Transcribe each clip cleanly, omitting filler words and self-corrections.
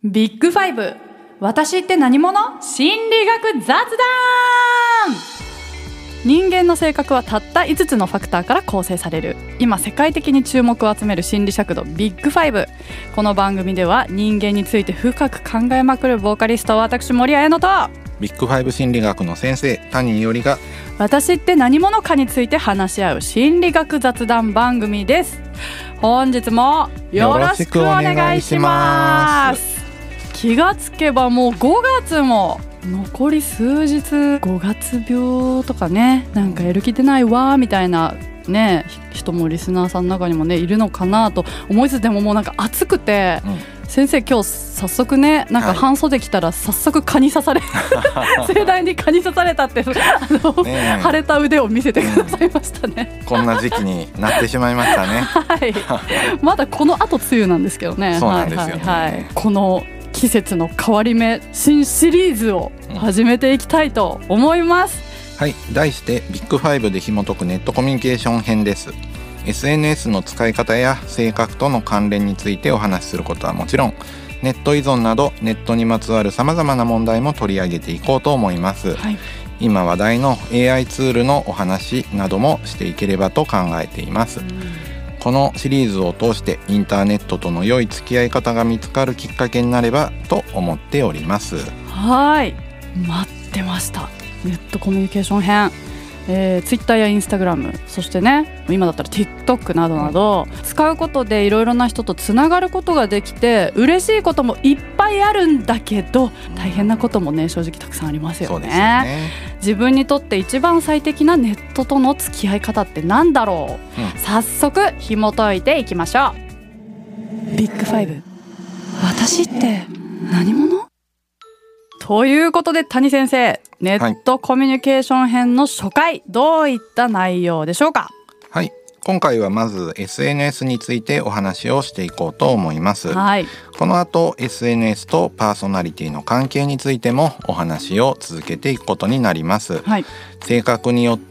ビッグファイブ、私って何者？心理学雑談。人間の性格はたった5つのファクターから構成される。今世界的に注目を集める心理尺度ビッグファイブ。この番組では人間について深く考えまくるボーカリスト私森彩乃とビッグファイブ心理学の先生谷伊織が私って何者かについて話し合う心理学雑談番組です。本日もよろしくお願いします。気がつけばもう5月も残り数日、5月病とかね、なんかやる気出ないわみたいなね人もリスナーさんの中にもねいるのかなと思いつつ、でももうなんか暑くて、先生今日早速ねなんか半袖着たら早速蚊に刺され、盛大に蚊に刺されたって腫れた腕を見せてくださいましたね。 こんな時期になってしまいましたね。 はい、まだこの後梅雨なんですけどね。 そうなんですよね、 はい、この季節の変わり目新シリーズを始めていきたいと思います。 はい、題してビッグファイブで紐解くネットコミュニケーション編です。 SNS の使い方や性格との関連についてお話しすることはもちろん、ネット依存などネットにまつわるさまざまな問題も取り上げていこうと思います、はい、今話題の AI ツールのお話などもしていければと考えています。このシリーズを通してインターネットとの良い付き合い方が見つかるきっかけになればと思っております。 はい、待ってました。ネットコミュニケーション編、Twitter や Instagram、 そしてね今だったら TikTok などなど使うことでいろいろな人とつながることができて嬉しいこともいっぱいあるんだけど、大変なこともね正直たくさんありますよね。 そうですよね。 自分にとって一番最適なネットとの付き合い方ってなんだろう、早速紐解いていきましょう。ビッグファイブ、私って何者？ということで谷先生、ネットコミュニケーション編の初回、どういった内容でしょうか？ はい、今回はまず SNS についてお話をしていこうと思います、はい、この後 SNS とパーソナリティの関係についてもお話を続けていくことになります、はい、性格によって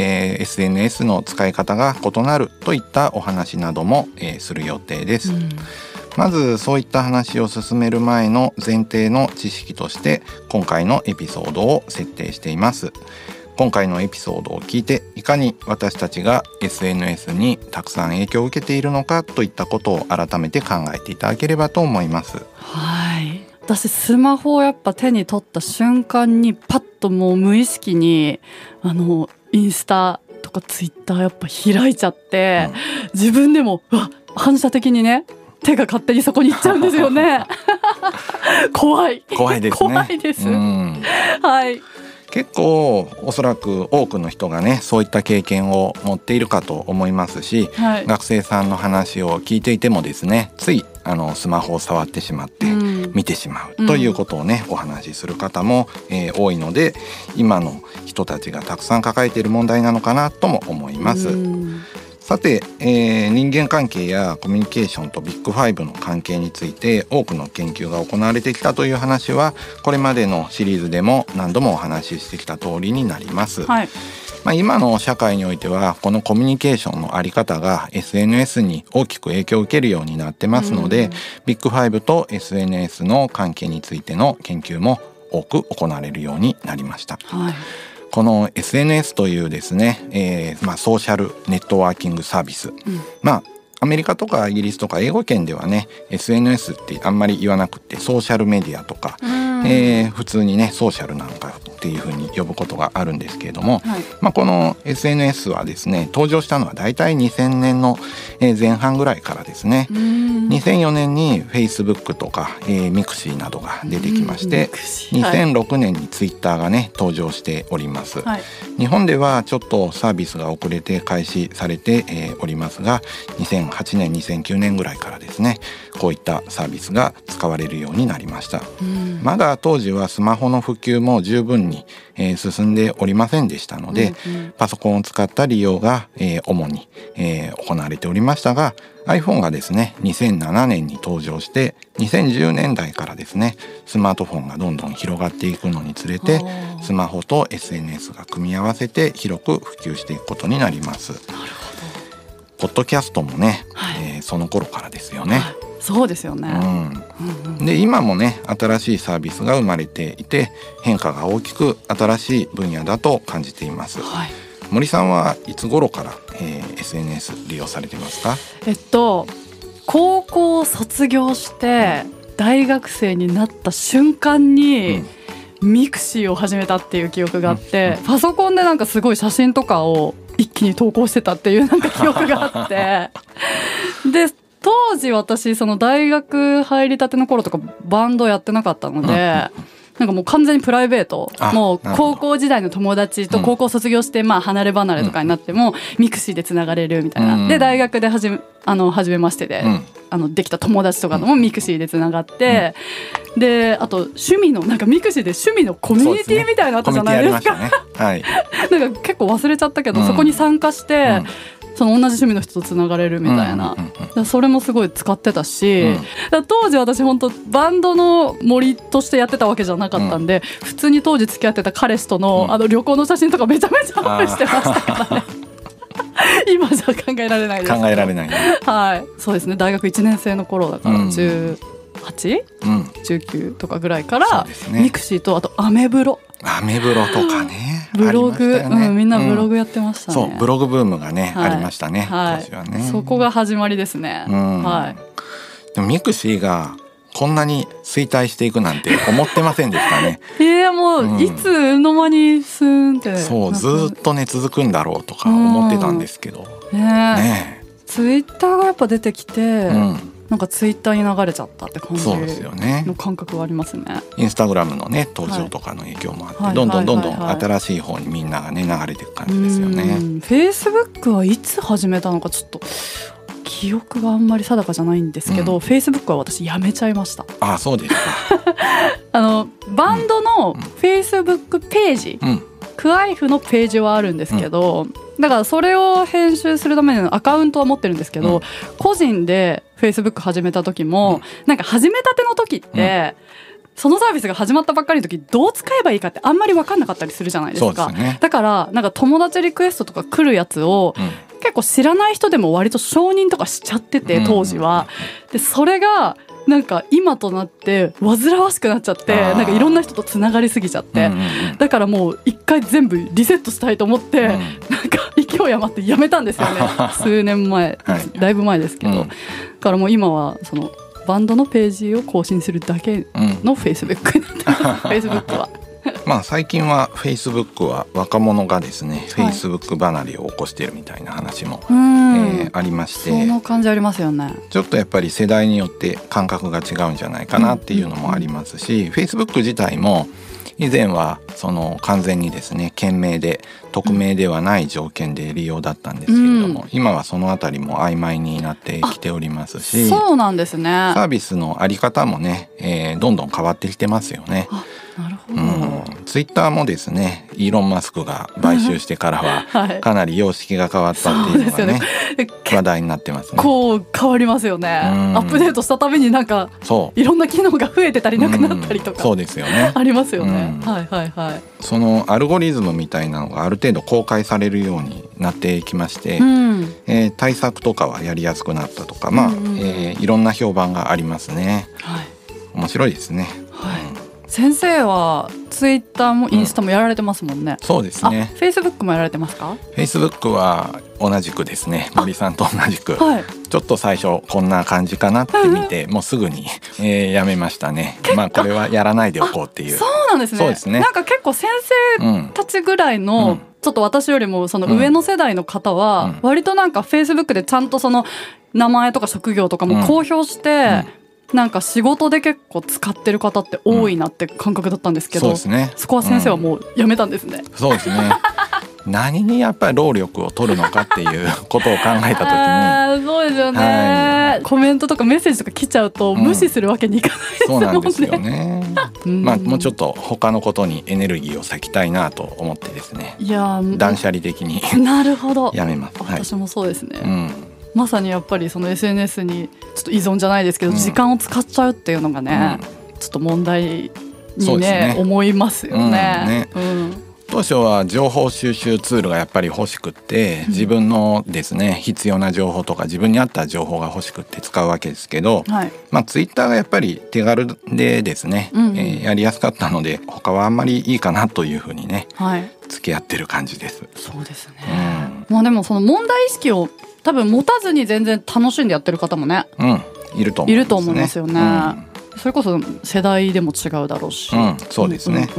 、SNS の使い方が異なるといったお話なども、する予定です、まずそういった話を進める前の前提の知識として今回のエピソードを設定しています。今回のエピソードを聞いていかに私たちが SNS にたくさん影響を受けているのかといったことを改めて考えていただければと思います。 はい、私スマホをやっぱ手に取った瞬間にパッともう無意識にインスタとかツイッターやっぱ開いちゃって、自分でも反射的にね手が勝手にそこに行っちゃうんですよね。怖いですね。怖いです、はい、 結構おそらく多くの人がねそういった経験を持っているかと思いますし、はい、学生さんの話を聞いていてもですね、ついスマホを触ってしまって見てしまうということをね、お話しする方も、多いので、今の人たちがたくさん抱えている問題なのかなとも思います。さて、人間関係やコミュニケーションとビッグファイブの関係について多くの研究が行われてきたという話はこれまでのシリーズでも何度もお話ししてきた通りになります、はい、今の社会においてはこのコミュニケーションのあり方が SNS に大きく影響を受けるようになってますので、ビッグファイブと SNS の関係についての研究も多く行われるようになりました、はい。この SNS というですね、ソーシャルネットワーキングサービス、アメリカとかイギリスとか英語圏ではね SNS ってあんまり言わなくてソーシャルメディアとか、普通にねソーシャルなのかっていうふうに呼ぶことがあるんですけれども、はい、この SNS はですね登場したのはだいたい2000年の前半ぐらいからですね。2004年に Facebook とか、ミクシーなどが出てきまして、2006年に Twitter がね登場しております、はい、日本ではちょっとサービスが遅れて開始されて、おりますが2008年2009年ぐらいからですねこういったサービスが使われるようになりました。まだ当時はスマホの普及も十分に、進んでおりませんでしたので、パソコンを使った利用が、主に、行われておりましたが iPhone がですね2007年に登場して2010年代からですねスマートフォンがどんどん広がっていくのにつれてスマホと SNS が組み合わせて広く普及していくことになります。なるほど。ポッドキャストもね、はい、その頃からですよね、はい。 そうですよね、 で今もね新しいサービスが生まれていて変化が大きく新しい分野だと感じています、はい、森さんはいつ頃から、SNS 利用されてますか？ 高校を卒業して大学生になった瞬間に、ミクシーを始めたっていう記憶があって、パソコンでなんかすごい写真とかを一気に投稿してたっていうなんか記憶があってで当時私その大学入りたての頃とかバンドやってなかったので、なんかもう完全にプライベート、もう高校時代の友達と高校卒業してまあ離れ離れとかになってもミクシーでつながれるみたいな、で大学で初めましてで、できた友達とかともミクシーでつながって、であと趣味のなんかミクシーで趣味のコミュニティみたいなのあったじゃないですか。なんか結構忘れちゃったけど、そこに参加して、その同じ趣味の人とつながれるみたいな、それもすごい使ってたし、当時私本当バンドの森としてやってたわけじゃなかったんで、普通に当時付き合ってた彼氏との、旅行の写真とかめちゃめちゃアップしてましたからね今じゃ考えられないですけど。考えられないね。はい、そうですね。大学1年生の頃だから18、19とかぐらいから、ミクシーとあとアメブロとかね、ブログ、みんなブログやってましたね。 そうブログブームがね、ありましたね、当時はね。 そこが始まりですね。 でもミクシーがこんなに衰退していくなんて思ってませんでしたねもういつの間にスーンって、 そうずっとね続くんだろうとか思ってたんですけど、 ツイッターがやっぱ出てきて、なんかツイッターに流れちゃったって感じの感覚はありますね。 インスタグラムのね登場とかの影響もあって、どんどん新しい方にみんながね流れていく感じですよね。フェイスブックはいつ始めたのかちょっと記憶があんまり定かじゃないんですけど、フェイスブックは私やめちゃいました。 あ、そうですかバンドのフェイスブックページ、クアイフのページはあるんですけど、だからそれを編集するためのアカウントは持ってるんですけど、個人でフェイスブック始めた時も、なんか始めたての時って、そのサービスが始まったばっかりの時どう使えばいいかってあんまり分かんなかったりするじゃないですか。だからなんか友達リクエストとか来るやつを、結構知らない人でも割と承認とかしちゃってて、当時は。でそれがなんか今となって煩わしくなっちゃって、なんかいろんな人とつながりすぎちゃって、だからもう一回全部リセットしたいと思って、なんか勢い余ってやめたんですよね数年前、だいぶ前ですけど、だからもう今はそのバンドのページを更新するだけのフェイスブックになってます、フェイスブックは最近はフェイスブックは若者がですね、フェイスブック離れを起こしているみたいな話も、ありまして、 その感じありますよね。 ちょっとやっぱり世代によって感覚が違うんじゃないかなっていうのもありますし、フェイスブック自体も以前はその完全にですね件名で匿名ではない条件で利用だったんですけれども、今はそのあたりも曖昧になってきておりますし、 そうなんですね。 サービスのあり方もね、どんどん変わってきてますよね。 なるほど。 ツイッターもですねイーロン・マスクが買収してからはかなり様式が変わったっていうのがね、話題になってますね。 こう変わりますよね。アップデートしたたびになんかいろんな機能が増えてたりなくなったりとか、 そうですよね、 ありますよね。 そのアルゴリズムみたいなのがある程度公開されるようになってきまして、対策とかはやりやすくなったとか、いろんな評判がありますね。面白いですね。 先生はツイッターもインスタもやられてますもんね。 そうですね。 フェイスブックもやられてますか？ フェイスブックは同じくですね、森さんと同じく、ちょっと最初こんな感じかなって見て、もうすぐに、やめましたね。これはやらないでおこうっていう。 そうなんですね。そうですね。なんか結構先生たちぐらいの、ちょっと私よりもその上の世代の方は割となんかフェイスブックでちゃんとその名前とか職業とかも公表して、なんか仕事で結構使ってる方って多いなって感覚だったんですけど、そこは先生はもうやめたんですね。 そうですね何にやっぱり労力を取るのかっていうことを考えた時にそうですよね、コメントとかメッセージとか来ちゃうと無視するわけにいかないですもんね。 そうなんですよねもうちょっと他のことにエネルギーを割きたいなと思ってですね、断捨離的になるほどやめます。 私もそうですね、まさにやっぱりその SNS にちょっと依存じゃないですけど、時間を使っちゃうっていうのがね、ちょっと問題にね思いますよね。 と当初は情報収集ツールがやっぱり欲しくって、自分のですね必要な情報とか自分に合った情報が欲しくって使うわけですけど、はい、ツイッターがやっぱり手軽でですね、やりやすかったので他はあんまりいいかなというふうにね、はい、付き合ってる感じです。 そうですね、でもその問題意識を多分持たずに全然楽しんでやってる方もね、 いると思いますよね。 それこそ世代でも違うだろうし、 そうですね。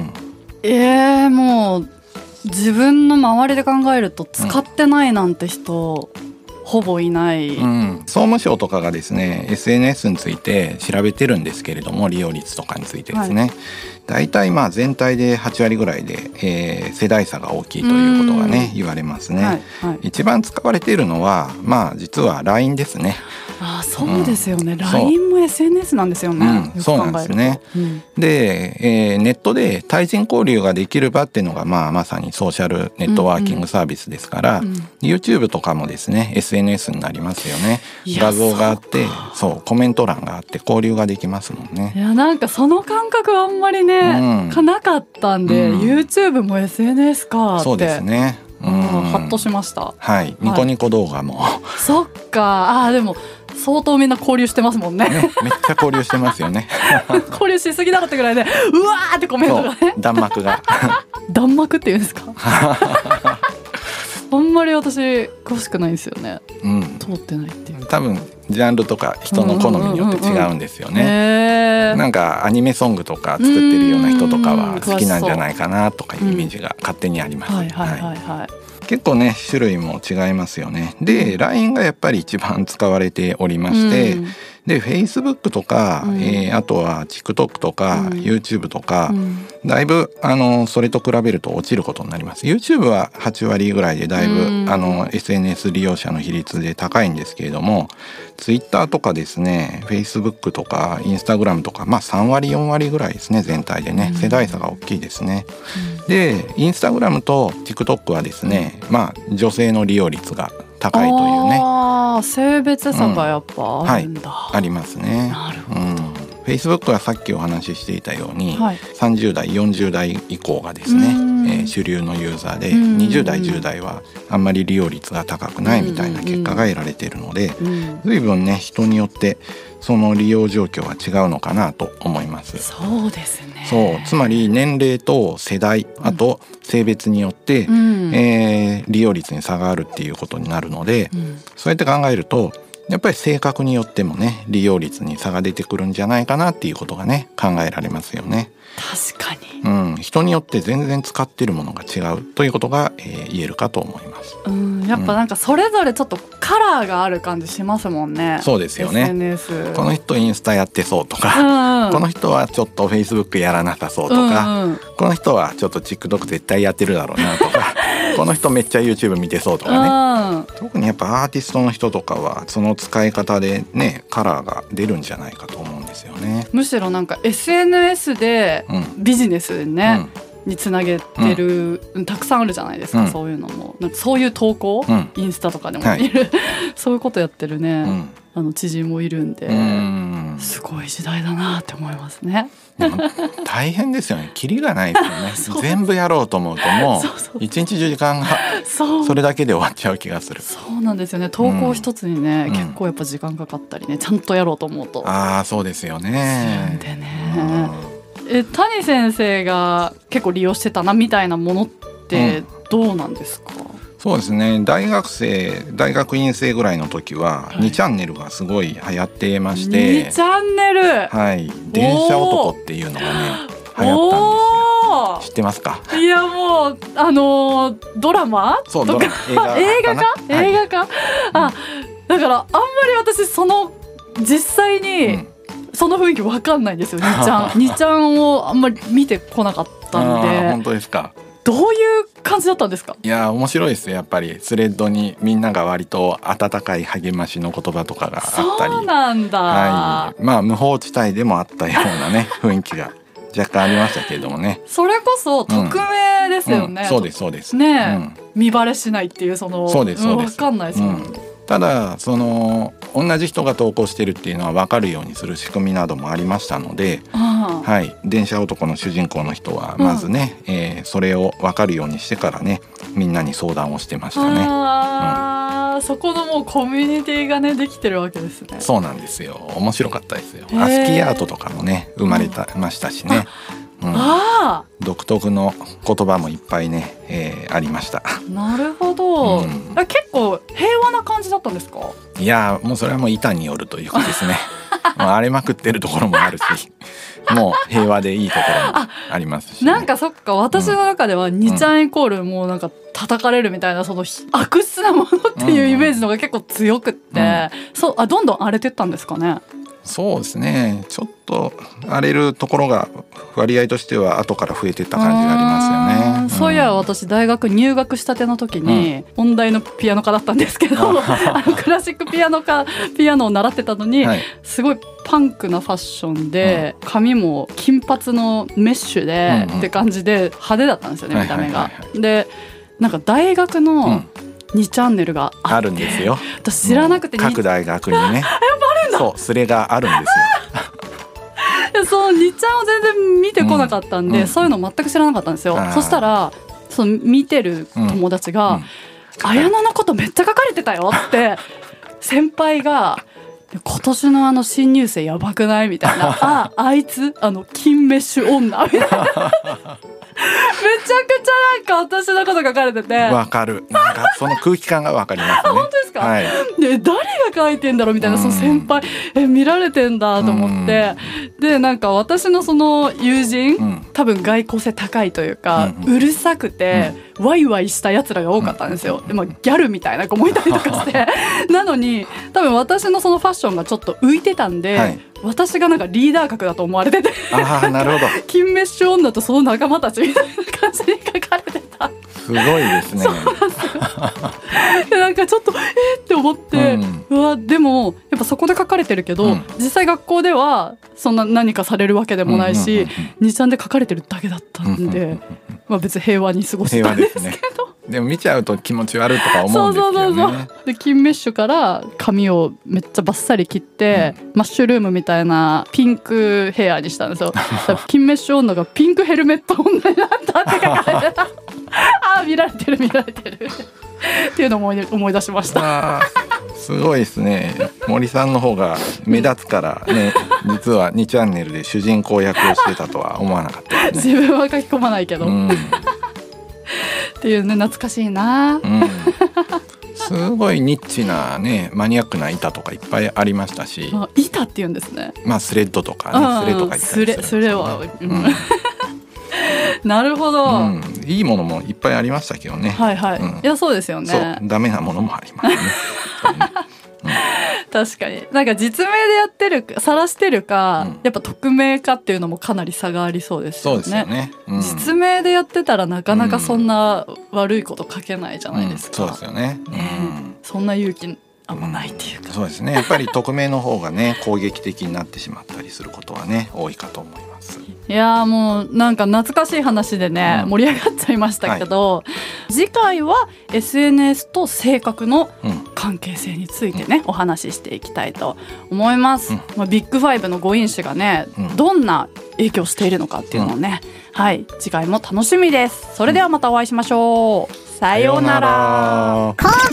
もう自分の周りで考えると使ってないなんて人、ほぼいない、 総務省とかがですね SNS について調べてるんですけれども、利用率とかについてですね、だいたい全体で8割ぐらいで、世代差が大きいということがね言われますね。一番使われているのは実は LINE ですね。 そうですよね、LINE も SNS なんですよね。 そうなんですね。で、ネットで対人交流ができる場っていうのがまさにソーシャルネットワーキングサービスですから、YouTube とかもですね SNS になりますよね。画像があってコメント欄があって交流ができますもんね。 いやなんかその感覚はあんまりね、なかったんで、YouTube も SNS かって。 そうですね。 ハッとしました。 ニコニコ動画も。 そっか。でも相当みんな交流してますもんね。 めっちゃ交流してますよね。 交流しすぎだろってぐらいで、うわーってコメントがね。 弾幕が。 弾幕って言うんですか。あんまり私詳しくないんですよね。通ってないっていう。 多分ジャンルとか人の好みによって違うんですよね。なんかアニメソングとか作ってるような人とかは好きなんじゃないかなとかいうイメージが勝手にあります。結構ね種類も違いますよね。で LINE がやっぱり一番使われておりまして、で Facebook とか、あとは TikTok とか、YouTube とか、だいぶそれと比べると落ちることになります。 YouTube は8割ぐらいでだいぶSNS 利用者の比率で高いんですけれども、 Twitter とかですね Facebook とか Instagram とか3割4割ぐらいですね、全体でね。世代差が大きいですね。で Instagram と TikTok はですね女性の利用率が高いというね。 性別差がやっぱあるんだ。 ありますね。 なるほど。 Facebook はさっきお話ししていたように、30代40代以降がですね、主流のユーザーで、20代10代はあんまり利用率が高くないみたいな結果が得られているので、随分ね人によってその利用状況は違うのかなと思います。 そうですね。 つまり年齢と世代、あと性別によって、利用率に差があるっていうことになるので、そうやって考えるとやっぱり性格によってもね利用率に差が出てくるんじゃないかなっていうことがね考えられますよね。 確かに、 人によって全然使ってるものが違うということが、言えるかと思います。 やっぱなんかそれぞれちょっとカラーがある感じしますもんね。 そうですよね。 SNS この人インスタやってそうとか、この人はちょっとフェイスブックやらなさそうとか、この人はちょっと TikTok 絶対やってるだろうなとかこの人めっちゃ YouTube 見てそうとかね。特にやっぱアーティストの人とかはその使い方でねカラーが出るんじゃないかと思うんですよね。 むしろなんか SNS でビジネスね、につなげてる、たくさんあるじゃないですか、そういうのもなんかそういう投稿、インスタとかでも見る、そういうことやってるね、知人もいるんで、すごい時代だなって思いますね。 大変ですよね。キリがないですよね。全部やろうと思うともう一日中時間がそれだけで終わっちゃう気がする。 そうなんですよね。投稿一つにね、結構やっぱ時間かかったりね、ちゃんとやろうと思うと。 そうですよね。 でね、谷先生が結構利用してたなみたいなものってどうなんですか？ そうですね、大学院生ぐらいの時は2チャンネルがすごい流行ってまして、 2チャンネル、 電車男っていうのがね流行ったんですよ。知ってますか？ いやもうドラマ？ そうドラマ映画か、だからあんまり私その実際に、その雰囲気わかんないんですよ。2ちゃんをあんまり見てこなかったんで。 本当ですか？ どういう感じだったんですか？ いや面白いですよ。やっぱりスレッドにみんなが割と温かい励ましの言葉とかがあったり、 そうなんだ、 無法地帯でもあったようなね雰囲気が若干ありましたけれどもね。 それこそ匿名ですよね。 そうですね、見バレしないっていうそうです分かんないですもんね。 ただその同じ人が投稿してるっていうのは分かるようにする仕組みなどもありましたので、はい、電車男の主人公の人はまずね、それを分かるようにしてからねみんなに相談をしてましたね。 そこのもうコミュニティがねできてるわけですね。 そうなんですよ。面白かったですよ。アスキーアートとかもね生まれましたしね、独特の言葉もいっぱいね、ありました。 なるほど、結構平和な感じだったんですか？ いやもうそれはもう板によるというかですね荒れまくってるところもあるしもう平和でいいところもありますし、ね、 なんかそっか、私の中では2ちゃんイコールもうなんか叩かれるみたいな、その悪質なものっていうイメージのが結構強くって、どんどん荒れてったんですかね？ そうですね、ちょっと荒れるところが割合としては後から増えてった感じがありますよね。 そういや私大学入学したての時に音大のピアノ科だったんですけど、クラシックピアノを習ってたのに、すごいパンクなファッションで、髪も金髪のメッシュで、って感じで派手だったんですよね、見た目が。でなんか大学の2チャンネルがあるんですよ。 私知らなくて、 各大学にねそうそれがあるんですよ。 その2ちゃんを全然見てこなかったんで、そういうの全く知らなかったんですよ。そしたらその見てる友達が、綾乃のことめっちゃ書かれてたよって先輩が今年の新入生やばくないみたいなあいつ金メッシュ女みたいなめちゃくちゃなんか私のこと書かれてて、 わかる、なんかその空気感がわかりますね。 本当ですか？で誰が書いてんだろうみたいな、その先輩見られてんだと思って、でなんか私のその友人、多分外交性高いというか、うるさくて、ワイワイしたやつらが多かったんですよ。でギャルみたいな子もいたりとかしてなのに多分私のそのファッションがちょっと浮いてたんで、私がなんかリーダー格だと思われててなるほど金メッシュ女とその仲間たちみたいな感じに書かれてた。 すごいですね。 でなんかちょっとって思って、でもやっぱそこで書かれてるけど、実際学校ではそんな何かされるわけでもないし、2ちゃんで書かれてるだけだったんで、別に平和に過ごしたんですけど、 でも見ちゃうと気持ち悪いとか思うんですよね。 で金メッシュから髪をめっちゃバッサリ切って、マッシュルームみたいなピンクヘアにしたんですよ。金メッシュ女がピンクヘルメット女になったって書かれてた見られてるっていうのを思い出しました。 すごいですね。森さんの方が目立つからね実は2チャンネルで主人公役をしてたとは思わなかったですね。 自分は書き込まないけど、っていうね、懐かしいな、 すごいニッチなねマニアックな板とかいっぱいありましたし、 板って言うんですね。 スレッドとかね、スレとか言ったりする、 スレは、なるほど、 いいものもいっぱいありましたけどね。 いやそうですよね。 そうダメなものもありますね。 確かになんか実名でやってる晒してるか、やっぱ匿名かっていうのもかなり差がありそうですよね。 そうですよね、 実名でやってたらなかなかそんな悪いこと書けないじゃないですか。 そうですよね、 そんな勇気あんまないっていうか、 そうですね、やっぱり匿名の方がね攻撃的になってしまったりすることはね多いかと思います。 いやもうなんか懐かしい話でね、盛り上がっちゃいましたけど、次回は SNS と性格の関係性についてね、お話ししていきたいと思います。ビッグファイブの5因子がね、どんな影響しているのかっていうのをね、次回も楽しみです。それではまたお会いしましょう。さようなら。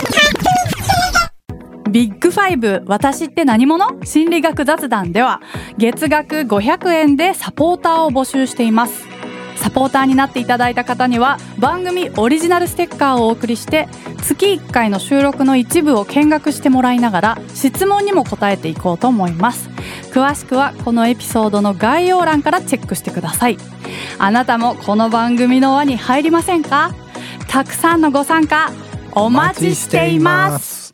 ビッグファイブ私って何者？心理学雑談では月額500円でサポーターを募集しています。サポーターになっていただいた方には番組オリジナルステッカーをお送りして、月1回の収録の一部を見学してもらいながら質問にも答えていこうと思います。詳しくはこのエピソードの概要欄からチェックしてください。あなたもこの番組の輪に入りませんか？たくさんのご参加お待ちしています。